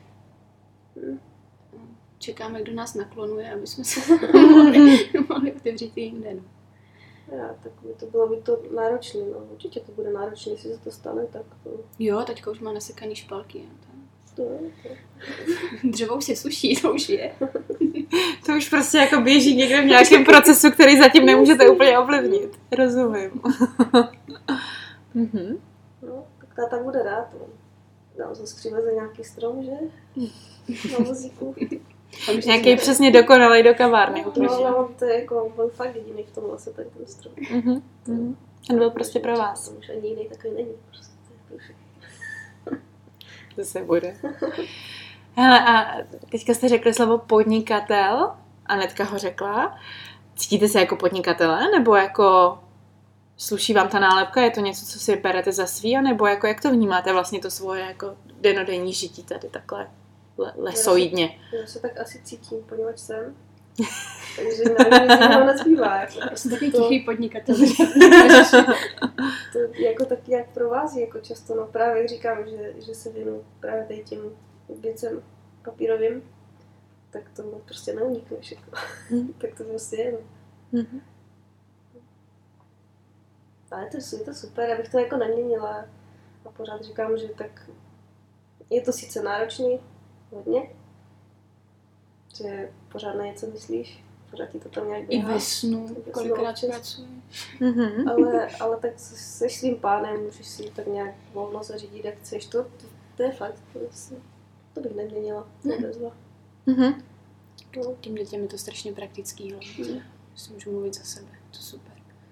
Čekáme, kdo nás naklonuje, aby jsme se mohli, mohli otevřít i jinde. No. Já, tak by to bylo by to náročné, no. Určitě to bude náročné, jestli se to stane, tak to... Jo, teďka už má nasekaný špalky. Jo. To je, to je. Dřevo už se suší, to už je. To už prostě jako běží někde v nějakém procesu, který zatím nemůžete úplně ovlivnit. Rozumím. Mhm. No, tak táta bude rád, no. Dám se skřiveze nějaký strom, že? Na vozíku. Nějaký přesně dokonalej do kavárny. No, Úplně. ale on to je jako, byl fakt jediný v tom lese, tady ten strom. Mhm. Mhm. On byl prostě pro vás. Tam už ani jiný takový není. Prostě to je průšek. To se bude. Hele, a teďka jste řekli slovo podnikatel, Anetka ho řekla. Cítíte se jako podnikatele, nebo jako sluší vám ta nálepka? Je to něco, co si berete za svý, nebo jako jak to vnímáte vlastně to svoje jako denodenní žití tady takhle le- lesoidně? Já se tak asi cítím, poněvadž jsem. Takže nevím, jestli to nezbývá. Jako, Jsem prostě takový to, tichý podnikatel. to jako tak nějak provází, jako často, no právě říkám, že, že se věnu právě tady těm věcem papírovým, tak to prostě neunikneš, jako. Mm. Tak to prostě je, no. Mhm. Ale to, je to super, abych to jako neměnila a pořád říkám, že tak je to sice náročný, hodně, že pořád na něco myslíš, pořád ti to tam nějak I běhá. ve snu, I ve kolikrát snu pracuji. Mhm. Ale, ale tak se svým pánem můžeš si tak nějak volno zařídit, jak chceš. To, to, to je fakt, to, asi, to bych neměnila. To je bezva. Mhm. No. Tím dětem je to strašně praktický, hlavně. Mm. Si můžu mluvit za sebe, to super.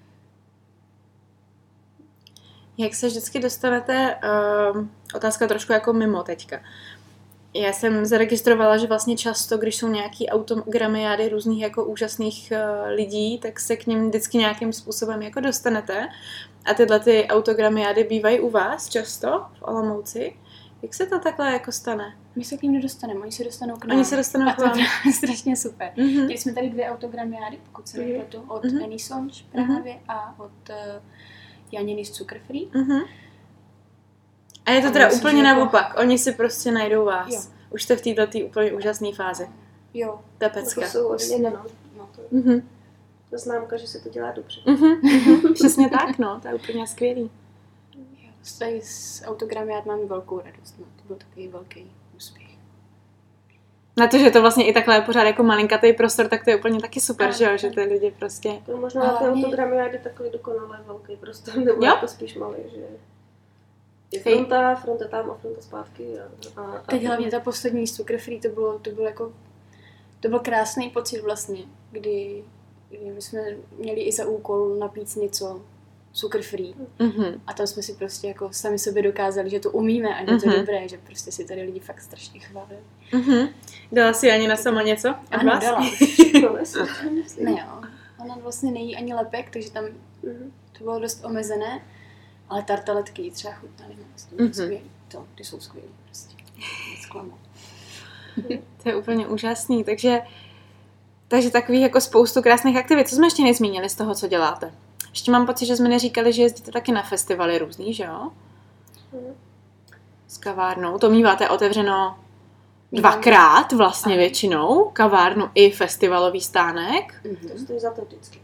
Jak se vždycky dostanete, um, otázka trošku jako mimo teďka. Já jsem zaregistrovala, že vlastně často, když jsou nějaký autogramiády různých jako úžasných uh, lidí, tak se k nim vždycky nějakým způsobem jako dostanete. A tyhle ty autogramiády bývají u vás často v Olomouci. Jak se to takhle jako stane? My se k ním nedostaneme, oni se dostanou k nám. Oni se dostanou A k to je vám. právě strašně super. Mhm. Měli jsme tady dvě autogramiády, pokud se Mhm. nepletu, od Mhm. Annie Sonč právě a od uh, Janiny z Zucker Free. Mhm. A je to A teda myslím, úplně že jako- naopak. Oni si prostě najdou vás. Jo. Už jste v této úplně úžasné fázi. Jo. To je To pecka. jsou odměny, no. No. Mhm. To je známka, že se to dělá dobře. Mhm. Mhm. Přesně tak, no. To je úplně skvělý. Jo. Tady s autogramiát máme velkou radost, no. To byl takový velký úspěch. Na to, že to vlastně i takhle je pořád jako malinkatý prostor, tak to je úplně taky super, Ano. že jo, že ty lidi prostě... To možná A na ty hlavně- autogramy jde takový dokonale velký prostor, nebo Jo. jako spíš malý, že je fronta, fronta tam a fronta zpátky. A, a, a Teď hlavně ta poslední z Zucker Free, to bylo, to bylo jako, to byl krásný pocit vlastně, kdy, kdy my jsme měli i za úkol napít něco Zucker Free. Mhm. A tam jsme si prostě jako sami sobě dokázali, že to umíme a že to Mhm. je dobré, že prostě si tady lidi fakt strašně chválili. Mhm. Dala si Janina sama něco od Ano, vás? dala. No, myslím. Ne jo, ona vlastně nejí ani lepek, takže tam Mhm. to bylo dost omezené, ale tartaletky jí třeba chutnaly moc, to, Mhm. skvělý, to, ty jsou skvělý prostě, zklamu. To je úplně úžasný, takže, takže takových jako spoustu krásných aktivit. Co jsme ještě nezmínili z toho, co děláte? Ještě mám pocit, že jsme neříkali, že jezdíte taky na festivaly různý, že jo? Mm. S kavárnou. To míváte otevřeno dvakrát vlastně většinou. Kavárnu i festivalový stánek. Mm-hmm. To stojí za to vždycky.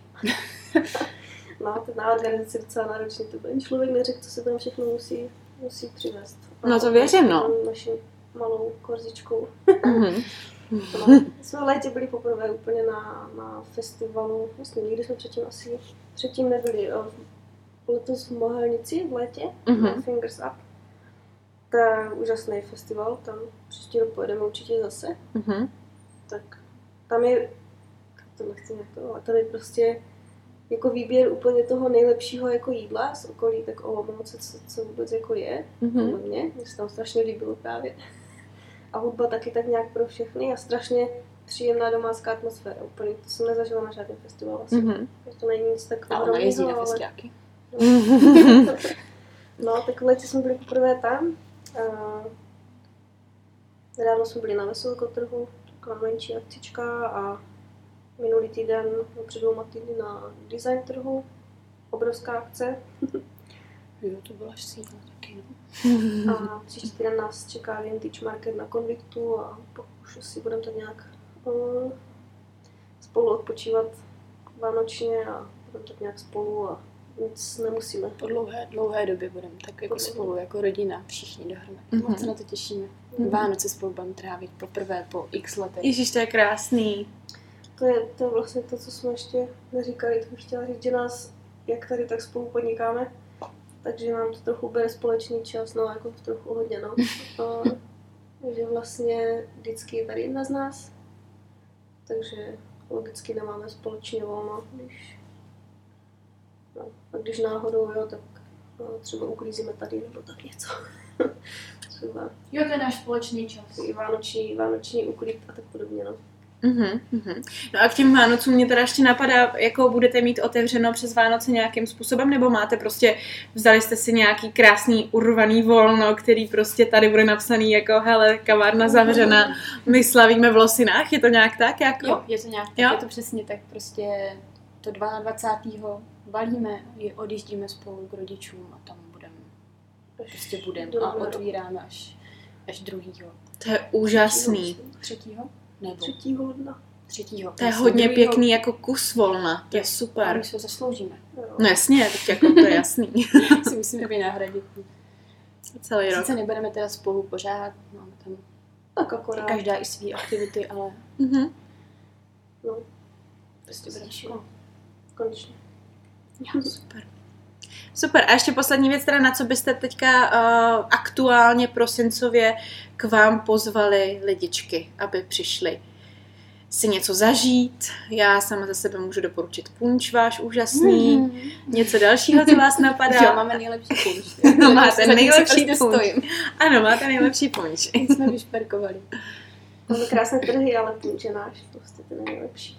No, to na organizaci docela náročný. To by člověk neřekl, co se tam všechno musí, musí přivést. No to věřím, no. Naší malou korzičkou. Mm-hmm. No, jsme v létě byli poprvé úplně na, na festivalu, vlastně nikdy jsme předtím asi předtím nebyli. Letos v Mohelnici v létě, Mm-hmm. na Fingers Up. To je úžasný festival, tam příští rok pojedeme určitě zase. Mm-hmm. Tak tam je, to nechci nějak to, ale tam je prostě jako výběr úplně toho nejlepšího jako jídla z okolí, tak Olomouce, co, co vůbec jako je, Mm-hmm. podle mě, mně se tam strašně líbilo právě. A hudba taky tak nějak pro všechny a strašně příjemná domácká atmosféra, úplně, to jsem nezažila na žádném festivalu asi. Mm-hmm. To není nic tak A ona jezdí na ale... festiáky. No. No, tak v létě jsme byli poprvé tam. Uh, nedávno jsme byli na Veselkotrhu, taková menší akcička a minulý týden, no, před dvouma týdny na design trhu, obrovská akce. Jo, to byla síla taky, no. A příští týden nás čeká Vintage Market na Konviktu a pak už asi budeme tak nějak uh, spolu odpočívat vánočně a budeme tak nějak spolu a nic nemusíme. Po dlouhé, dlouhé době budeme tak jako spolu, jako rodina, všichni dohromady. Mm-hmm. Moc se na to těšíme. Mm-hmm. Vánoce spolu budeme trávit poprvé po x letech. Ježiš, to je krásný. To je, to je vlastně to, co jsme ještě neříkali, to bych chtěla říct, že nás, jak tady, tak spolu podnikáme, takže nám to trochu bere společný čas, no jako trochu hodně, no. A, že vlastně vždycky je tady jedna z nás, takže logicky nemáme společně volno, když, no, a když náhodou, jo, tak no, třeba uklízíme tady nebo tak něco. Třeba Jo, to je náš společný čas. i vánoční, vánoční uklid a tak podobně, no. Uhum, uhum. No a k těm Vánocům mě teda ještě napadá, jako budete mít otevřeno přes Vánoce nějakým způsobem, nebo máte prostě, vzali jste si nějaký krásný urvaný volno, který prostě tady bude napsaný jako hele, kavárna zavřena, my slavíme v Losinách, je to nějak tak? Jako? Jo, je to nějak tak, Jo? je to přesně tak, prostě to dvacátého druhého balíme, odjíždíme spolu k rodičům a tam budeme, prostě budeme a otvíráme až, až druhýho. To je úžasný. Třetího? Nebo Třetího ledna. třetího. To je hodně pěkný jako kus volna, to je A super. my se ho zasloužíme. No jasně, tak jako to je jasný. Si musíme vynahradit. Celý rok. Sice nebudeme teda spolu pořád, máme tam Tak akorát. každá i svý aktivity, ale Mhm. No, prostě budeme Stačí. spolu. konečně. Super. Super. A ještě poslední věc, teda na co byste teďka uh, aktuálně prosincově k vám pozvali lidičky, aby přišli si něco zažít. Já sama za sebe můžu doporučit punč váš úžasný. Mm-hmm. Něco dalšího, co vás napadá? Jo, máme nejlepší punč. No, máte nejlepší prostě punč. stojím. Ano, máte nejlepší punč. Jsme vyšperkovali. Máme krásné trhy, ale punč je náš, prostě ten nejlepší.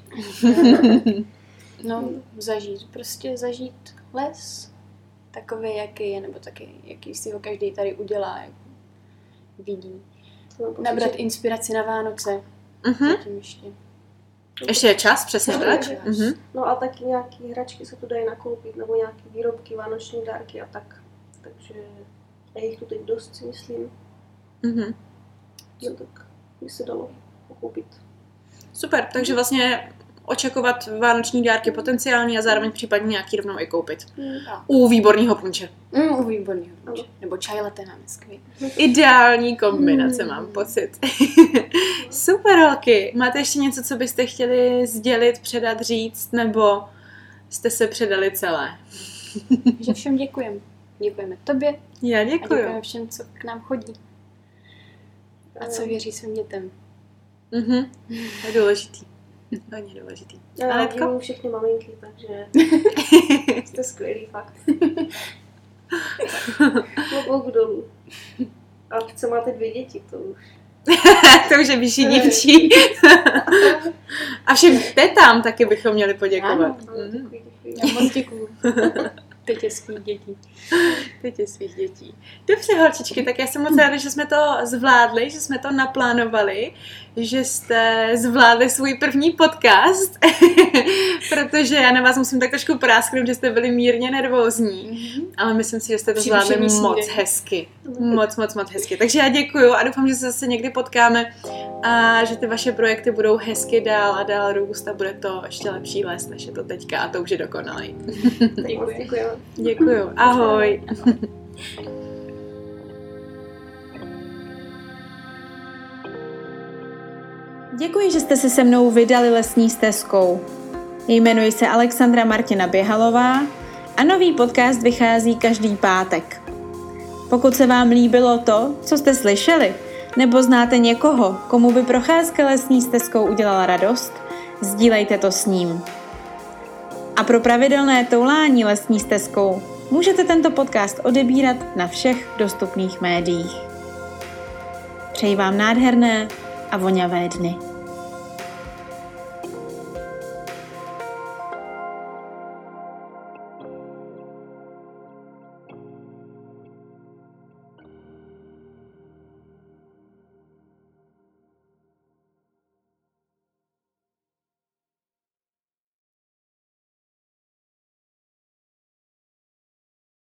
No, zažít, prostě zažít les, takový, jaký je, nebo taky, jaký si ho každý tady udělá, jak vidí. Nabrat inspiraci na Vánoce, Mhm. zatím ještě. Ještě je čas, přesně Ještě tak? je čas. Mhm. No a taky nějaký hračky se tu dají nakoupit, nebo nějaký výrobky, vánoční dárky a tak. Takže je jich tu teď dost, si myslím. Mhm. No tak by se dalo koupit. Super, takže vlastně očekovat vánoční dárky potenciální a zároveň případně nějaký rovnou i koupit. Tak. U výborného punče. Mm, u výborného punče. Nebo čaj latte nám je skvělý. Ideální kombinace, Mm. mám pocit. Super, holky. Máte ještě něco, co byste chtěli sdělit, předat, říct, nebo jste se předali celé? Takže všem děkujeme. Děkujeme tobě Já a děkuju. děkujeme všem, co k nám chodí a co věří svým dětem. Mhm. To je důležitý. Hodně důležitý. Já Anetko? obdivuju všechny maminky, takže jste skvělý, fakt. Klobouk dolů. A co máte dvě děti, to už. To už je vyšší dívčí. A všem tetám taky bychom měli poděkovat. Ano. Ale Mhm. děkuji, děkuji. Já moc děkuju. Teď je svých dětí. Teď je svých dětí. Dobře, holčičky, tak já jsem moc ráda, že jsme to zvládli, že jsme to naplánovali, že jste zvládli svůj první podcast, protože já na vás musím tak trošku prásknout, že jste byli mírně nervózní, mm-hmm. ale myslím si, že jste to zvládli moc hezky. Moc, moc, moc hezky. Takže já děkuju a doufám, že se zase někdy potkáme a že ty vaše projekty budou hezky dál a dál růst a bude to ještě lepší les, než je to teďka a to už je dokonalý. Děkuji. Děkuji. Děkuju. Ahoj. Děkuji, že jste se se mnou vydali lesní stezkou. Jmenuji se Alexandra Martina Běhalová a nový podcast vychází každý pátek. Pokud se vám líbilo to, co jste slyšeli, nebo znáte někoho, komu by procházka lesní stezkou udělala radost, sdílejte to s ním. A pro pravidelné toulání lesní stezkou můžete tento podcast odebírat na všech dostupných médiích. Přeji vám nádherné a voňavé dny.